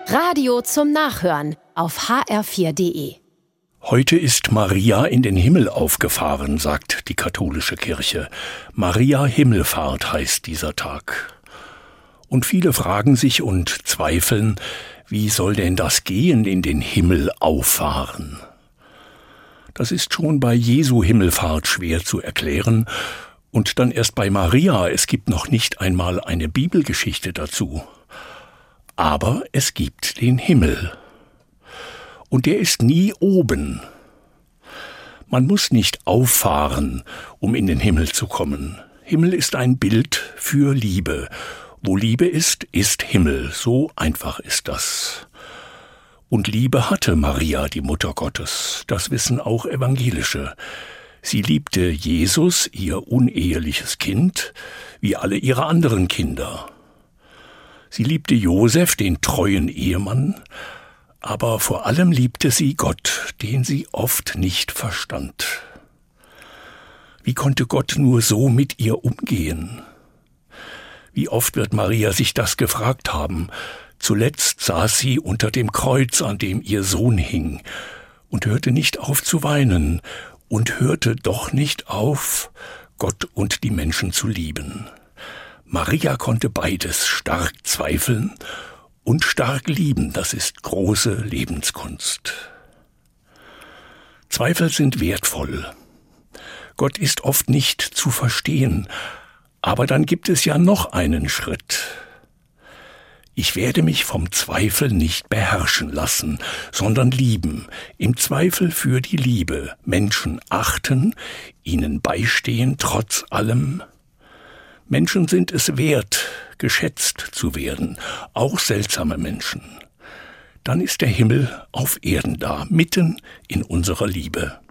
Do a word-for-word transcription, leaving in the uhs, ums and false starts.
Radio zum Nachhören auf h r vier punkt d e. Heute ist Maria in den Himmel aufgefahren, sagt die katholische Kirche. Maria Himmelfahrt heißt dieser Tag. Und viele fragen sich und zweifeln, wie soll denn das gehen, in den Himmel auffahren? Das ist schon bei Jesu Himmelfahrt schwer zu erklären und dann erst bei Maria, es gibt noch nicht einmal eine Bibelgeschichte dazu. Aber es gibt den Himmel. Und der ist nie oben. Man muss nicht auffahren, um in den Himmel zu kommen. Himmel ist ein Bild für Liebe. Wo Liebe ist, ist Himmel. So einfach ist das. Und Liebe hatte Maria, die Mutter Gottes. Das wissen auch Evangelische. Sie liebte Jesus, ihr uneheliches Kind, wie alle ihre anderen Kinder. Sie liebte Josef, den treuen Ehemann, aber vor allem liebte sie Gott, den sie oft nicht verstand. Wie konnte Gott nur so mit ihr umgehen? Wie oft wird Maria sich das gefragt haben? Zuletzt saß sie unter dem Kreuz, an dem ihr Sohn hing, und hörte nicht auf zu weinen und hörte doch nicht auf, Gott und die Menschen zu lieben. Maria konnte beides, stark zweifeln und stark lieben, das ist große Lebenskunst. Zweifel sind wertvoll. Gott ist oft nicht zu verstehen, aber dann gibt es ja noch einen Schritt. Ich werde mich vom Zweifel nicht beherrschen lassen, sondern lieben, im Zweifel für die Liebe, Menschen achten, ihnen beistehen trotz allem. Menschen sind es wert, geschätzt zu werden, auch seltsame Menschen. Dann ist der Himmel auf Erden da, mitten in unserer Liebe.